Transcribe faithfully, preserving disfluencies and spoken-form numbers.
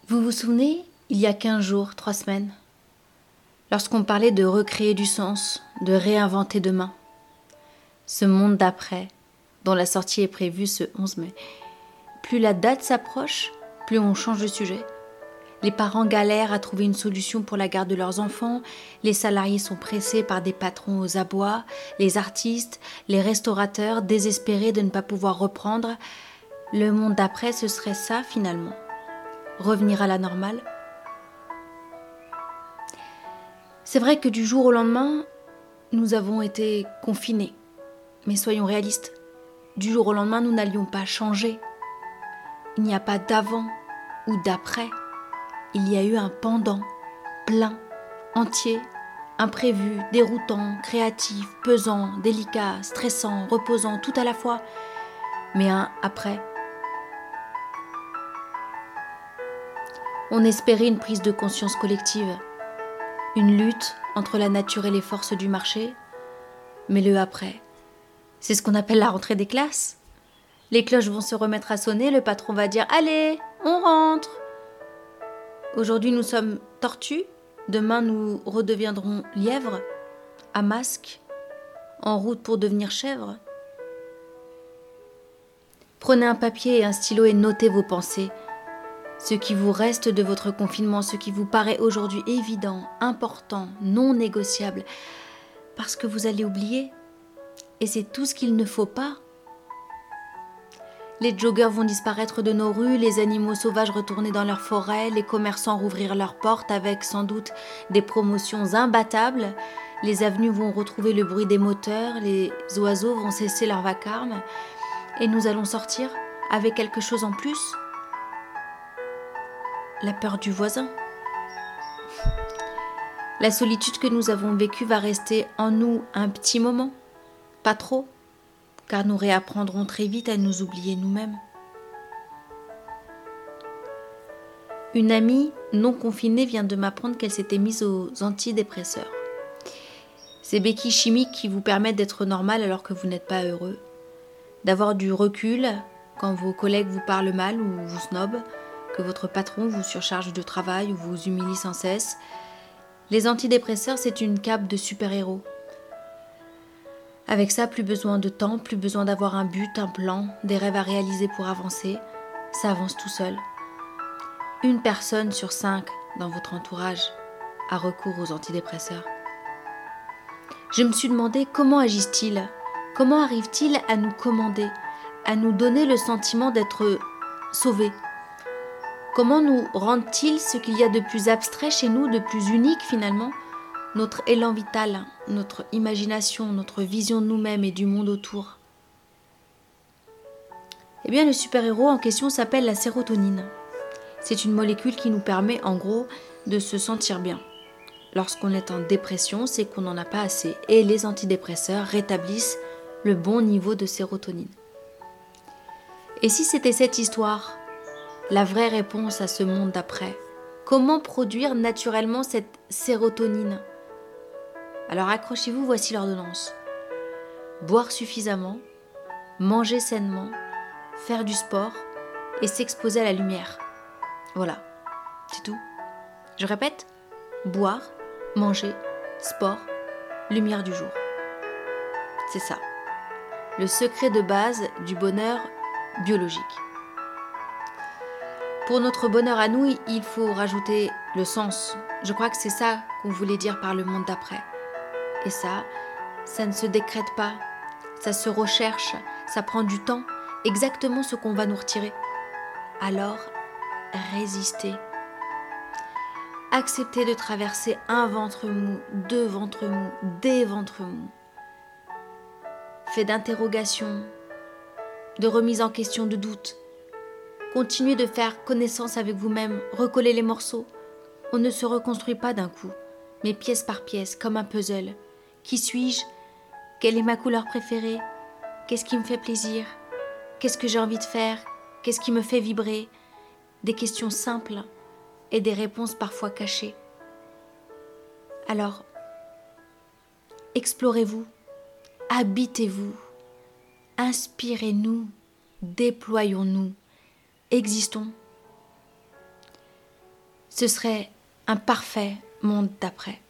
Vous vous souvenez, il y a quinze jours, trois semaines, lorsqu'on parlait de recréer du sens, de réinventer demain, ce monde d'après, dont la sortie est prévue ce onze mai. Plus la date s'approche, plus on change de sujet. Les parents galèrent à trouver une solution pour la garde de leurs enfants, les salariés sont pressés par des patrons aux abois, les artistes, les restaurateurs désespérés de ne pas pouvoir reprendre. Le monde d'après, ce serait ça finalement. Revenir à la normale. C'est vrai que du jour au lendemain, nous avons été confinés. Mais soyons réalistes, du jour au lendemain, nous n'allions pas changer. Il n'y a pas d'avant ou d'après. Il y a eu un pendant, plein, entier, imprévu, déroutant, créatif, pesant, délicat, stressant, reposant, tout à la fois. Mais un après. On espérait une prise de conscience collective, une lutte entre la nature et les forces du marché, mais le après, c'est ce qu'on appelle la rentrée des classes. Les cloches vont se remettre à sonner, le patron va dire « Allez, on rentre !» Aujourd'hui nous sommes tortues, demain nous redeviendrons lièvres, à masque, en route pour devenir chèvres. Prenez un papier et un stylo et notez vos pensées. Ce qui vous reste de votre confinement, ce qui vous paraît aujourd'hui évident, important, non négociable, parce que vous allez oublier. Et c'est tout ce qu'il ne faut pas. Les joggers vont disparaître de nos rues, les animaux sauvages retourner dans leurs forêts, les commerçants rouvrir leurs portes avec sans doute des promotions imbattables, les avenues vont retrouver le bruit des moteurs, les oiseaux vont cesser leur vacarme, et nous allons sortir avec quelque chose en plus. La peur du voisin. La solitude que nous avons vécue va rester en nous un petit moment, pas trop, car nous réapprendrons très vite à nous oublier nous-mêmes. Une amie non confinée vient de m'apprendre qu'elle s'était mise aux antidépresseurs. Ces béquilles chimiques qui vous permettent d'être normal alors que vous n'êtes pas heureux, d'avoir du recul quand vos collègues vous parlent mal ou vous snobent, que votre patron vous surcharge de travail ou vous humilie sans cesse. Les antidépresseurs, c'est une cape de super-héros. Avec ça, plus besoin de temps, plus besoin d'avoir un but, un plan, des rêves à réaliser pour avancer. Ça avance tout seul. Une personne sur cinq dans votre entourage a recours aux antidépresseurs. Je me suis demandé comment agissent-ils ? Comment arrivent-ils à nous commander, à nous donner le sentiment d'être sauvés ? Comment nous rendent-ils ce qu'il y a de plus abstrait chez nous, de plus unique finalement ? Notre élan vital, notre imagination, notre vision de nous-mêmes et du monde autour. Eh bien, le super-héros en question s'appelle la sérotonine. C'est une molécule qui nous permet, en gros, de se sentir bien. Lorsqu'on est en dépression, c'est qu'on n'en a pas assez. Et les antidépresseurs rétablissent le bon niveau de sérotonine. Et si c'était cette histoire, la vraie réponse à ce monde d'après, comment produire naturellement cette sérotonine ? Alors accrochez-vous, voici l'ordonnance. Boire suffisamment, manger sainement, faire du sport et s'exposer à la lumière. Voilà, c'est tout. Je répète, boire, manger, sport, lumière du jour. C'est ça, le secret de base du bonheur biologique. Pour notre bonheur à nous, il faut rajouter le sens. Je crois que c'est ça qu'on voulait dire par le monde d'après. Et ça, ça ne se décrète pas, ça se recherche, ça prend du temps, exactement ce qu'on va nous retirer. Alors, résistez. Acceptez de traverser un ventre mou, deux ventres mous, des ventres mous. Fait d'interrogations, de remise en question, de doutes. Continuez de faire connaissance avec vous-même, recollez les morceaux. On ne se reconstruit pas d'un coup, mais pièce par pièce, comme un puzzle. Qui suis-je ? Quelle est ma couleur préférée ? Qu'est-ce qui me fait plaisir ? Qu'est-ce que j'ai envie de faire ? Qu'est-ce qui me fait vibrer ? Des questions simples et des réponses parfois cachées. Alors, explorez-vous, habitez-vous, inspirez-nous, déployons-nous, existons. ce serait un parfait monde d'après.